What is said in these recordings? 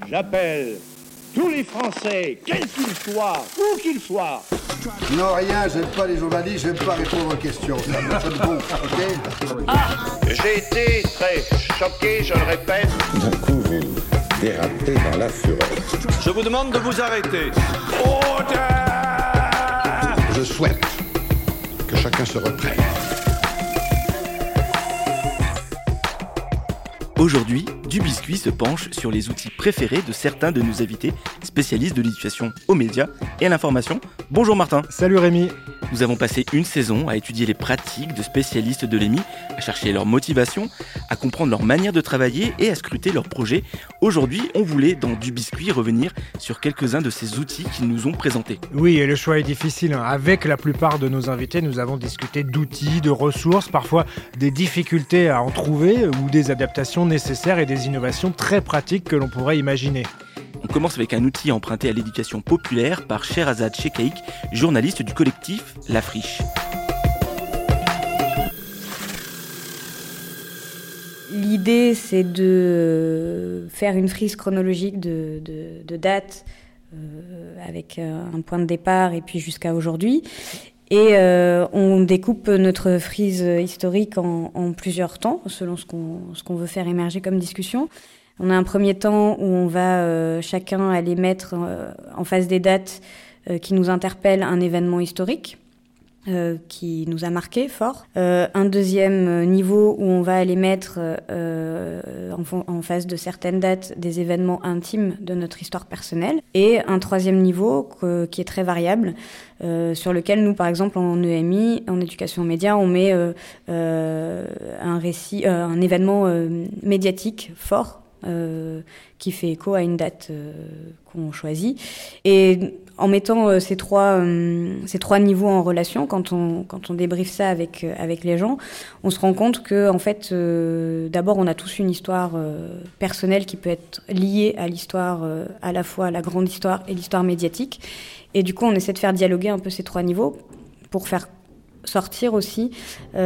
J'appelle tous les Français, quels qu'ils soient, où qu'ils soient. Non, rien, j'aime pas les journalistes, j'aime pas répondre aux questions. Ça me gonfle, ok ? J'ai été très choqué, je le répète. D'un coup, vous dérapez dans la fureur. Je vous demande de vous arrêter. Je souhaite que chacun se reprenne. Aujourd'hui, Du Biscuit se penche sur les outils préférés de certains de nos invités spécialistes de l'éducation aux médias et à l'information. Bonjour Martin. Salut Rémi. Nous avons passé une saison à étudier les pratiques de spécialistes de l'EMI, à chercher leur motivation, à comprendre leur manière de travailler et à scruter leurs projets. Aujourd'hui, on voulait dans Du Biscuit revenir sur quelques-uns de ces outils qu'ils nous ont présentés. Oui, et le choix est difficile. Avec la plupart de nos invités, nous avons discuté d'outils, de ressources, parfois des difficultés à en trouver ou des adaptations nécessaires et des innovations très pratiques que l'on pourrait imaginer. On commence avec un outil emprunté à l'éducation populaire par Sherazade Chekaïk, journaliste du collectif La Friche. L'idée, c'est de faire une frise chronologique de dates avec un point de départ et puis jusqu'à aujourd'hui. Et on découpe notre frise historique en plusieurs temps, selon ce qu'on veut faire émerger comme discussion. On a un premier temps où on va chacun aller mettre en face des dates qui nous interpellent un événement historique qui nous a marqué fort. Un deuxième niveau où on va aller mettre en face de certaines dates des événements intimes de notre histoire personnelle. Et un troisième niveau qui est très variable, sur lequel nous, par exemple, en EMI, en éducation aux médias, on met un récit, un événement médiatique fort qui fait écho à une date qu'on choisit. Et en mettant ces trois niveaux en relation, quand on débriefe ça avec les gens, on se rend compte que en fait, d'abord, on a tous une histoire personnelle qui peut être liée à l'histoire, à la fois la grande histoire et l'histoire médiatique. Et du coup, on essaie de faire dialoguer un peu ces trois niveaux pour faire sortir aussi, qu'il y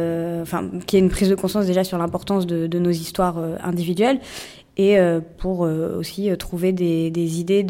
ait une prise de conscience déjà sur l'importance de nos histoires individuelles et pour aussi trouver des idées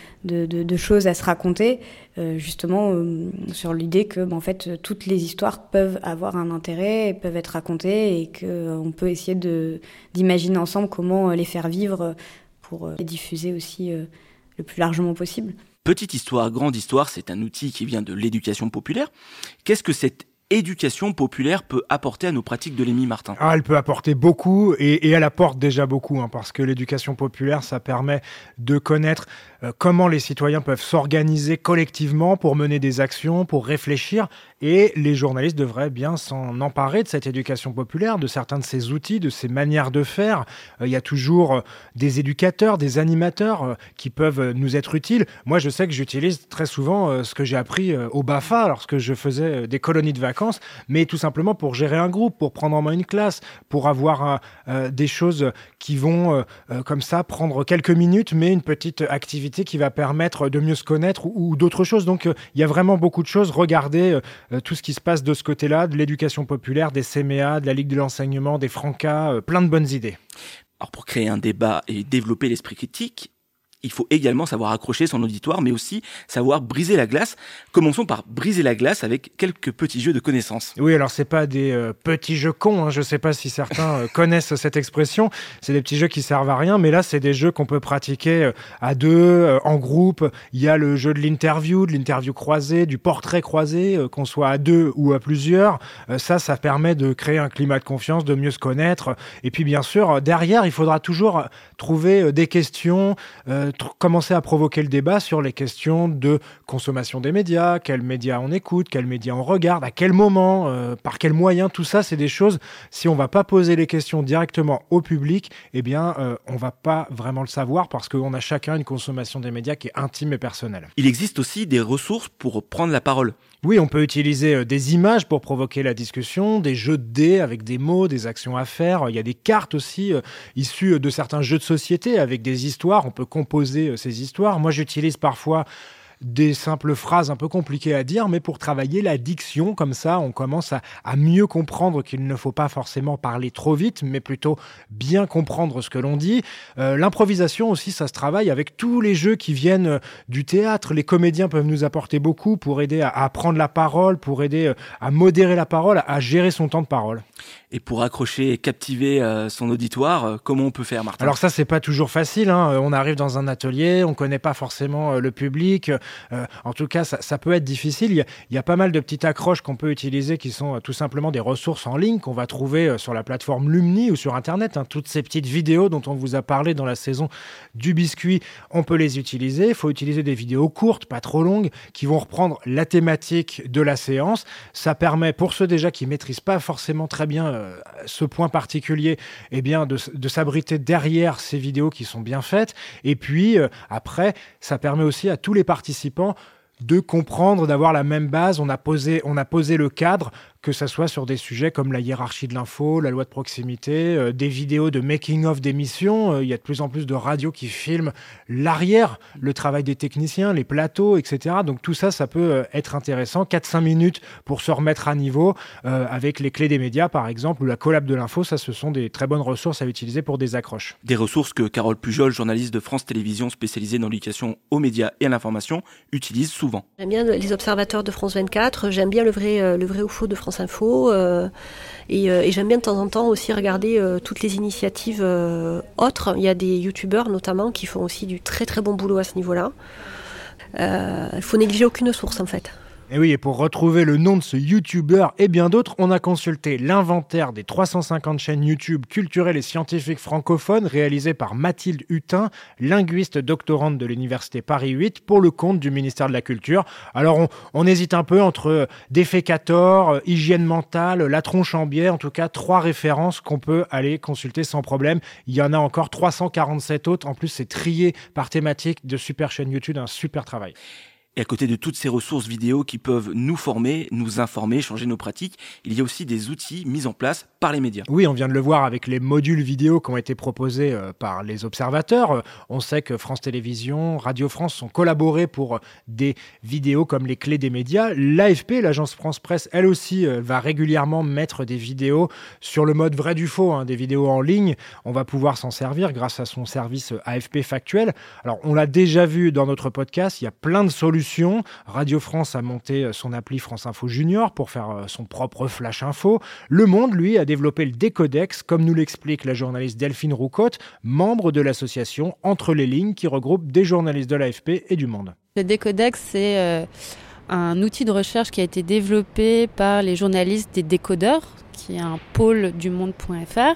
de choses à se raconter, justement sur l'idée que en fait toutes les histoires peuvent avoir un intérêt, peuvent être racontées et qu'on peut essayer d'imaginer ensemble comment les faire vivre pour les diffuser aussi le plus largement possible. Petite histoire, grande histoire, c'est un outil qui vient de l'éducation populaire. Qu'est-ce que cette éducation populaire peut apporter à nos pratiques de l'EMI, Martin ? Elle peut apporter beaucoup et elle apporte déjà beaucoup, parce que l'éducation populaire, ça permet de connaître comment les citoyens peuvent s'organiser collectivement pour mener des actions, pour réfléchir. Et les journalistes devraient bien s'en emparer de cette éducation populaire, de certains de ces outils, de ces manières de faire. Il y a toujours des éducateurs, des animateurs qui peuvent nous être utiles. Moi, je sais que j'utilise très souvent ce que j'ai appris au BAFA lorsque je faisais des colonies de vacances, mais tout simplement pour gérer un groupe, pour prendre en main une classe, pour avoir des choses qui vont comme ça prendre quelques minutes, mais une petite activité qui va permettre de mieux se connaître ou d'autres choses. Donc, il y a vraiment beaucoup de choses. Regardez tout ce qui se passe de ce côté-là, de l'éducation populaire, des CMEA, de la Ligue de l'enseignement, des Francas, plein de bonnes idées. Alors pour créer un débat et développer l'esprit critique, il faut également savoir accrocher son auditoire, mais aussi savoir briser la glace. Commençons par briser la glace avec quelques petits jeux de connaissances. Oui, alors c'est pas des petits jeux cons, je sais pas si certains connaissent cette expression, c'est des petits jeux qui servent à rien, mais là c'est des jeux qu'on peut pratiquer à deux, en groupe. Il y a le jeu de l'interview croisée, du portrait croisé, qu'on soit à deux ou à plusieurs. Ça permet de créer un climat de confiance, de mieux se connaître. Et puis bien sûr, derrière, il faudra toujours trouver des questions, commencer à provoquer le débat sur les questions de consommation des médias, quels médias on écoute, quels médias on regarde, à quel moment, par quels moyens. Tout ça, c'est des choses, si on ne va pas poser les questions directement au public, eh bien, on ne va pas vraiment le savoir parce qu'on a chacun une consommation des médias qui est intime et personnelle. Il existe aussi des ressources pour prendre la parole. Oui, on peut utiliser des images pour provoquer la discussion, des jeux de dés avec des mots, des actions à faire. Il y a des cartes aussi issues de certains jeux de société avec des histoires. On peut composer ces histoires. Moi, j'utilise parfois des simples phrases un peu compliquées à dire, mais pour travailler la diction. Comme ça, on commence à mieux comprendre qu'il ne faut pas forcément parler trop vite, mais plutôt bien comprendre ce que l'on dit. L'improvisation aussi, ça se travaille avec tous les jeux qui viennent du théâtre. Les comédiens peuvent nous apporter beaucoup pour aider à prendre la parole, pour aider à modérer la parole, à gérer son temps de parole. Et pour accrocher et captiver son auditoire, comment on peut faire, Martin ? Alors ça, c'est pas toujours facile, hein. On arrive dans un atelier, on connaît pas forcément le public. En tout cas, ça peut être difficile. Il y a pas mal de petites accroches qu'on peut utiliser qui sont tout simplement des ressources en ligne qu'on va trouver sur la plateforme Lumni ou sur Internet. Hein. Toutes ces petites vidéos dont on vous a parlé dans la saison du biscuit, on peut les utiliser. Il faut utiliser des vidéos courtes, pas trop longues, qui vont reprendre la thématique de la séance. Ça permet, pour ceux déjà qui maîtrisent pas forcément très bien ce point particulier, eh bien de s'abriter derrière ces vidéos qui sont bien faites. Et puis après, ça permet aussi à tous les participants de comprendre, d'avoir la même base. On a posé le cadre, que ça soit sur des sujets comme la hiérarchie de l'info, la loi de proximité, des vidéos de making-of d'émissions. Il y a de plus en plus de radios qui filment l'arrière, le travail des techniciens, les plateaux, etc. Donc tout ça, ça peut être intéressant. 4-5 minutes pour se remettre à niveau avec les clés des médias, par exemple, ou la collab de l'info. Ça, ce sont des très bonnes ressources à utiliser pour des accroches. Des ressources que Carole Pujol, journaliste de France Télévisions spécialisée dans l'éducation aux médias et à l'information, utilise souvent. J'aime bien les observateurs de France 24, j'aime bien le vrai ou faux de France Info, et j'aime bien de temps en temps aussi regarder toutes les initiatives autres. Il y a des youtubeurs notamment qui font aussi du très très bon boulot à ce niveau-là. Il faut négliger aucune source en fait. Et oui, et pour retrouver le nom de ce youtubeur et bien d'autres, on a consulté l'inventaire des 350 chaînes YouTube culturelles et scientifiques francophones réalisé par Mathilde Hutin, linguiste doctorante de l'Université Paris 8, pour le compte du ministère de la Culture. Alors on hésite un peu entre défécator, hygiène mentale, la tronche en biais, en tout cas 3 références qu'on peut aller consulter sans problème. Il y en a encore 347 autres, en plus c'est trié par thématique de super chaîne YouTube, un super travail. Et à côté de toutes ces ressources vidéo qui peuvent nous former, nous informer, changer nos pratiques, il y a aussi des outils mis en place par les médias. Oui, on vient de le voir avec les modules vidéo qui ont été proposés par les observateurs. On sait que France Télévisions, Radio France ont collaboré pour des vidéos comme les clés des médias. L'AFP, l'agence France Presse, elle aussi va régulièrement mettre des vidéos sur le mode vrai du faux, hein, des vidéos en ligne. On va pouvoir s'en servir grâce à son service AFP Factuel. Alors, on l'a déjà vu dans notre podcast, il y a plein de solutions. Radio France a monté son appli France Info Junior pour faire son propre flash info. Le Monde, lui, a développé le Décodex, comme nous l'explique la journaliste Delphine Roucotte, membre de l'association Entre les lignes qui regroupe des journalistes de l'AFP et du Monde. Le Décodex, c'est un outil de recherche qui a été développé par les journalistes des Décodeurs, qui est un pôle du monde.fr.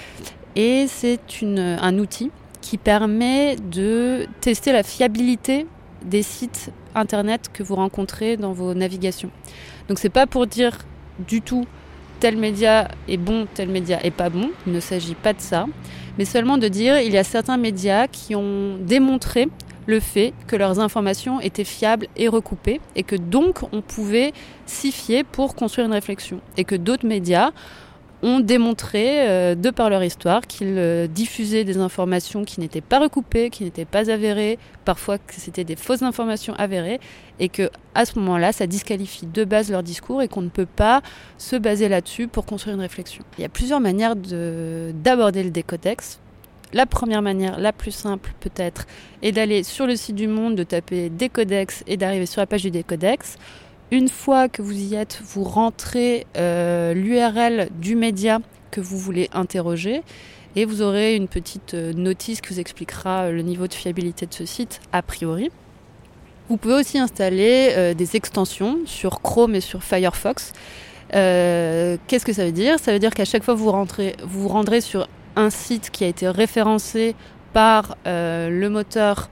Et c'est un outil qui permet de tester la fiabilité des sites internet que vous rencontrez dans vos navigations. Donc c'est pas pour dire du tout tel média est bon, tel média est pas bon, il ne s'agit pas de ça, mais seulement de dire il y a certains médias qui ont démontré le fait que leurs informations étaient fiables et recoupées et que donc on pouvait s'y fier pour construire une réflexion, et que d'autres médias ont démontré, de par leur histoire, qu'ils diffusaient des informations qui n'étaient pas recoupées, qui n'étaient pas avérées, parfois que c'était des fausses informations avérées, et qu'à ce moment-là, ça disqualifie de base leur discours et qu'on ne peut pas se baser là-dessus pour construire une réflexion. Il y a plusieurs manières d'aborder le Décodex. La première manière, la plus simple peut-être, est d'aller sur le site du Monde, de taper Décodex et d'arriver sur la page du Décodex. Une fois que vous y êtes, vous rentrez l'URL du média que vous voulez interroger et vous aurez une petite notice qui vous expliquera le niveau de fiabilité de ce site a priori. Vous pouvez aussi installer des extensions sur Chrome et sur Firefox. Qu'est-ce que ça veut dire ? Ça veut dire qu'à chaque fois que vous vous rendrez sur un site qui a été référencé par le moteur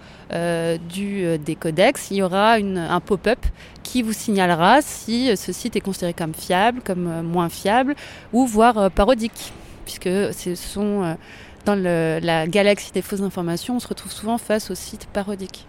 du Décodex, il y aura un pop-up qui vous signalera si ce site est considéré comme fiable, comme moins fiable, ou voire parodique, puisque dans la galaxie des fausses informations, on se retrouve souvent face aux sites parodiques.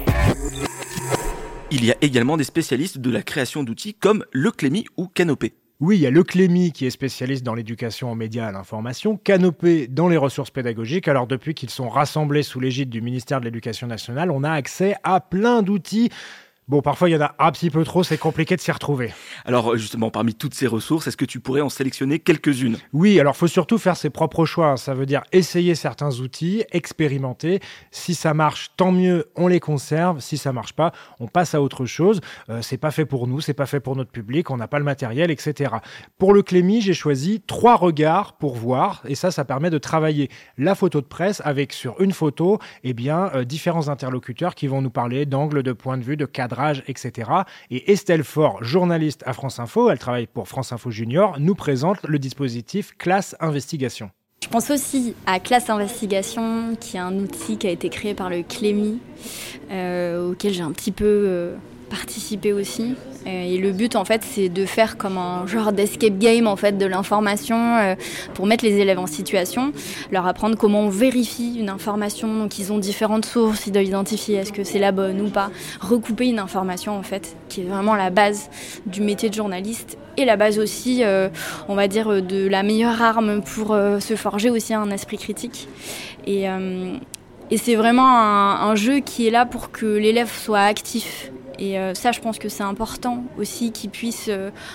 Il y a également des spécialistes de la création d'outils comme le Clémy ou Canopé. Oui, il y a le Clémy qui est spécialiste dans l'éducation aux médias et à l'information, Canopé dans les ressources pédagogiques. Alors depuis qu'ils sont rassemblés sous l'égide du ministère de l'Éducation nationale, on a accès à plein d'outils. Bon, parfois, il y en a un petit peu trop, c'est compliqué de s'y retrouver. Alors justement, parmi toutes ces ressources, est-ce que tu pourrais en sélectionner quelques-unes ? Oui, alors il faut surtout faire ses propres choix. Ça veut dire essayer certains outils, expérimenter. Si ça marche, tant mieux, on les conserve. Si ça marche pas, on passe à autre chose. C'est pas fait pour nous, c'est pas fait pour notre public, on n'a pas le matériel, etc. Pour le Clémy, j'ai choisi 3 regards pour voir. Et ça permet de travailler la photo de presse avec, sur une photo, différents interlocuteurs qui vont nous parler d'angle, de point de vue, de cadre, etc. Et Estelle Faure, journaliste à France Info, elle travaille pour France Info Junior, nous présente le dispositif Classe Investigation. Je pense aussi à Classe Investigation, qui est un outil qui a été créé par le Clémy, auquel j'ai un petit peu participé aussi. Et le but, en fait, c'est de faire comme un genre d'escape game, en fait, de l'information pour mettre les élèves en situation, leur apprendre comment on vérifie une information. Donc, ils ont différentes sources, ils doivent identifier est-ce que c'est la bonne ou pas. Recouper une information, en fait, qui est vraiment la base du métier de journaliste et la base aussi, on va dire, de la meilleure arme pour se forger aussi un esprit critique. Et c'est vraiment un jeu qui est là pour que l'élève soit actif. Et ça, je pense que c'est important aussi qu'ils puissent,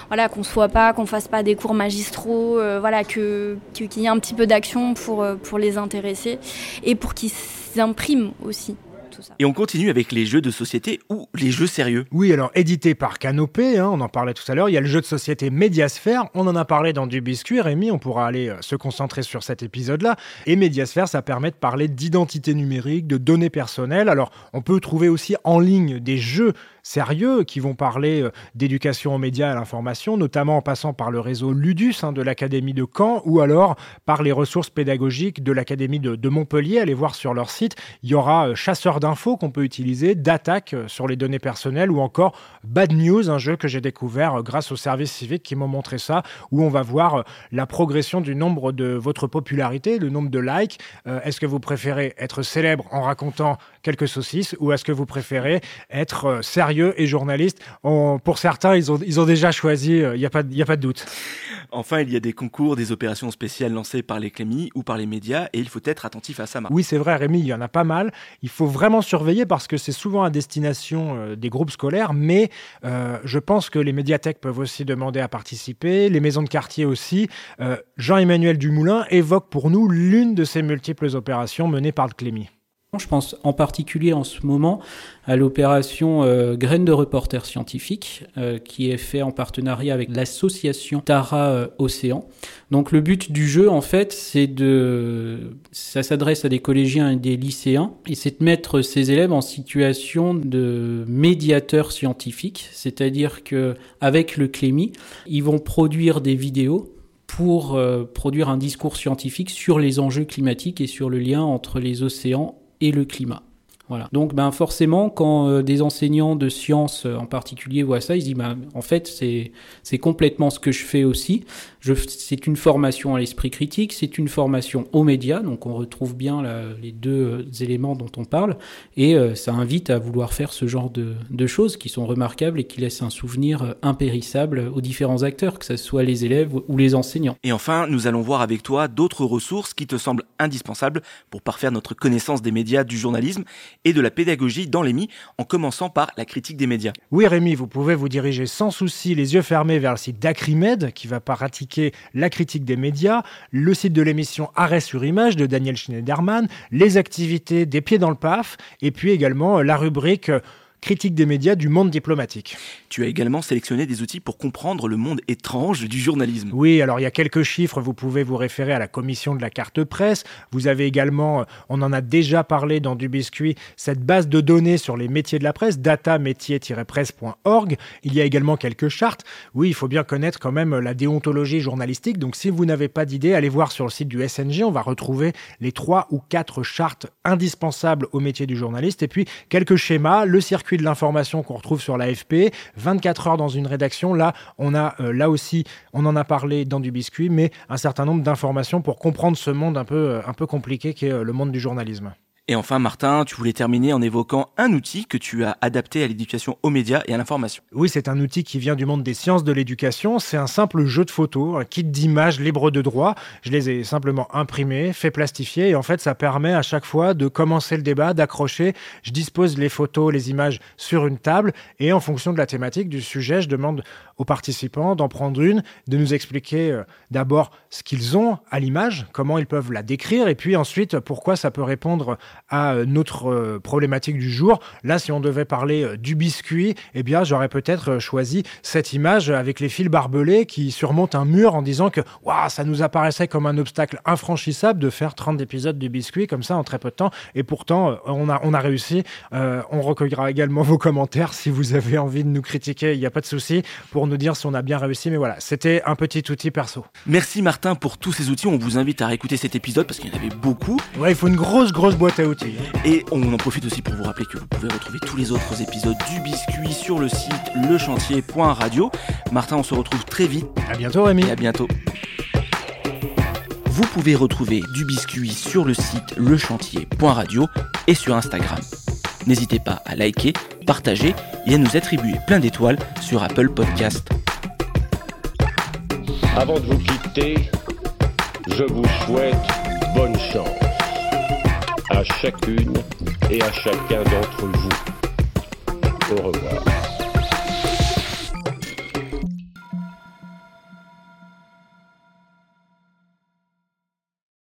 qu'on fasse pas des cours magistraux, qu'il y ait un petit peu d'action pour les intéresser et pour qu'ils s'impriment aussi. Et on continue avec les jeux de société ou les jeux sérieux. Oui, alors édité par Canopé, on en parlait tout à l'heure, il y a le jeu de société Médiasphère, on en a parlé dans Du Biscuit, Rémi, on pourra aller se concentrer sur cet épisode-là. Et Médiasphère, ça permet de parler d'identité numérique, de données personnelles. Alors, on peut trouver aussi en ligne des jeux sérieux qui vont parler d'éducation aux médias et à l'information, notamment en passant par le réseau Ludus de l'Académie de Caen ou alors par les ressources pédagogiques de l'Académie de Montpellier. Allez voir sur leur site, il y aura Chasseur d'infos qu'on peut utiliser, d'attaque sur les données personnelles ou encore Bad News, un jeu que j'ai découvert grâce au service civique qui m'ont montré ça, où on va voir la progression du nombre de votre popularité, le nombre de likes. Est-ce que vous préférez être célèbre en racontant quelques saucisses ou est-ce que vous préférez être sérieux et journaliste? Pour certains, ils ont déjà choisi, il n'y a pas de doute. Enfin, il y a des concours, des opérations spéciales lancées par les Clémy ou par les médias et il faut être attentif à ça. Oui, c'est vrai, Rémi, il y en a pas mal. Il faut vraiment surveiller parce que c'est souvent à destination des groupes scolaires, mais je pense que les médiathèques peuvent aussi demander à participer, les maisons de quartier aussi. Jean-Emmanuel Dumoulin évoque pour nous l'une de ces multiples opérations menées par le Clémy. Je pense en particulier en ce moment à l'opération Graines de reporters scientifiques qui est fait en partenariat avec l'association Tara Océan. Donc le but du jeu en fait ça s'adresse à des collégiens et des lycéens et c'est de mettre ces élèves en situation de médiateurs scientifiques, c'est-à-dire que avec le Clémy, ils vont produire des vidéos pour produire un discours scientifique sur les enjeux climatiques et sur le lien entre les océans et le climat. Voilà. Donc forcément, quand des enseignants de sciences en particulier voient ça, ils se disent en fait c'est complètement ce que je fais aussi. C'est une formation à l'esprit critique, c'est une formation aux médias, donc on retrouve bien les deux éléments dont on parle, et ça invite à vouloir faire ce genre de choses qui sont remarquables et qui laissent un souvenir impérissable aux différents acteurs, que ce soit les élèves ou les enseignants. Et enfin, nous allons voir avec toi d'autres ressources qui te semblent indispensables pour parfaire notre connaissance des médias, du journalisme et de la pédagogie dans l'EMI, en commençant par la critique des médias. Oui Rémi, vous pouvez vous diriger sans souci, les yeux fermés, vers le site d'Acrimed, qui va pratiquer la critique des médias, le site de l'émission Arrêt sur image de Daniel Schneiderman, les activités des pieds dans le PAF, et puis également la rubrique critique des médias du monde diplomatique. Tu as également sélectionné des outils pour comprendre le monde étrange du journalisme. Oui, alors il y a quelques chiffres, vous pouvez vous référer à la commission de la carte presse. Vous avez également, on en a déjà parlé dans Du Biscuit, cette base de données sur les métiers de la presse, datamétiers-presse.org. Il y a également quelques chartes. Oui, il faut bien connaître quand même la déontologie journalistique. Donc si vous n'avez pas d'idée, allez voir sur le site du SNJ, on va retrouver les 3 ou 4 chartes indispensables au métier du journaliste. Et puis quelques schémas, le circuit de l'information qu'on retrouve sur l'AFP, 24 heures dans une rédaction. Là, on a là aussi, on en a parlé dans Du Biscuit, mais un certain nombre d'informations pour comprendre ce monde un peu compliqué qu'est le monde du journalisme. Et enfin, Martin, tu voulais terminer en évoquant un outil que tu as adapté à l'éducation aux médias et à l'information. Oui, c'est un outil qui vient du monde des sciences de l'éducation. C'est un simple jeu de photos, un kit d'images libre de droit. Je les ai simplement imprimés, fait plastifier et en fait, ça permet à chaque fois de commencer le débat, d'accrocher. Je dispose les photos, les images sur une table et en fonction de la thématique du sujet, je demande aux participants d'en prendre une, de nous expliquer d'abord ce qu'ils ont à l'image, comment ils peuvent la décrire et puis ensuite pourquoi ça peut répondre à notre problématique du jour. Là, si on devait parler du biscuit, eh bien, j'aurais peut-être choisi cette image avec les fils barbelés qui surmontent un mur en disant que ça nous apparaissait comme un obstacle infranchissable de faire 30 épisodes du biscuit comme ça en très peu de temps. Et pourtant, on a réussi. On recueillera également vos commentaires si vous avez envie de nous critiquer. Il n'y a pas de souci pour nous dire si on a bien réussi. Mais voilà, c'était un petit outil perso. Merci Martin pour tous ces outils. On vous invite à réécouter cet épisode parce qu'il y en avait beaucoup. Ouais, il faut une grosse boîte à outils. Et on en profite aussi pour vous rappeler que vous pouvez retrouver tous les autres épisodes du Biscuit sur le site lechantier.radio. Martin, on se retrouve très vite. À bientôt Rémi. Et à bientôt. Vous pouvez retrouver du Biscuit sur le site lechantier.radio et sur Instagram. N'hésitez pas à liker, partager et à nous attribuer plein d'étoiles sur Apple Podcast. Avant de vous quitter, je vous souhaite bonne chance à chacune et à chacun d'entre vous. Au revoir.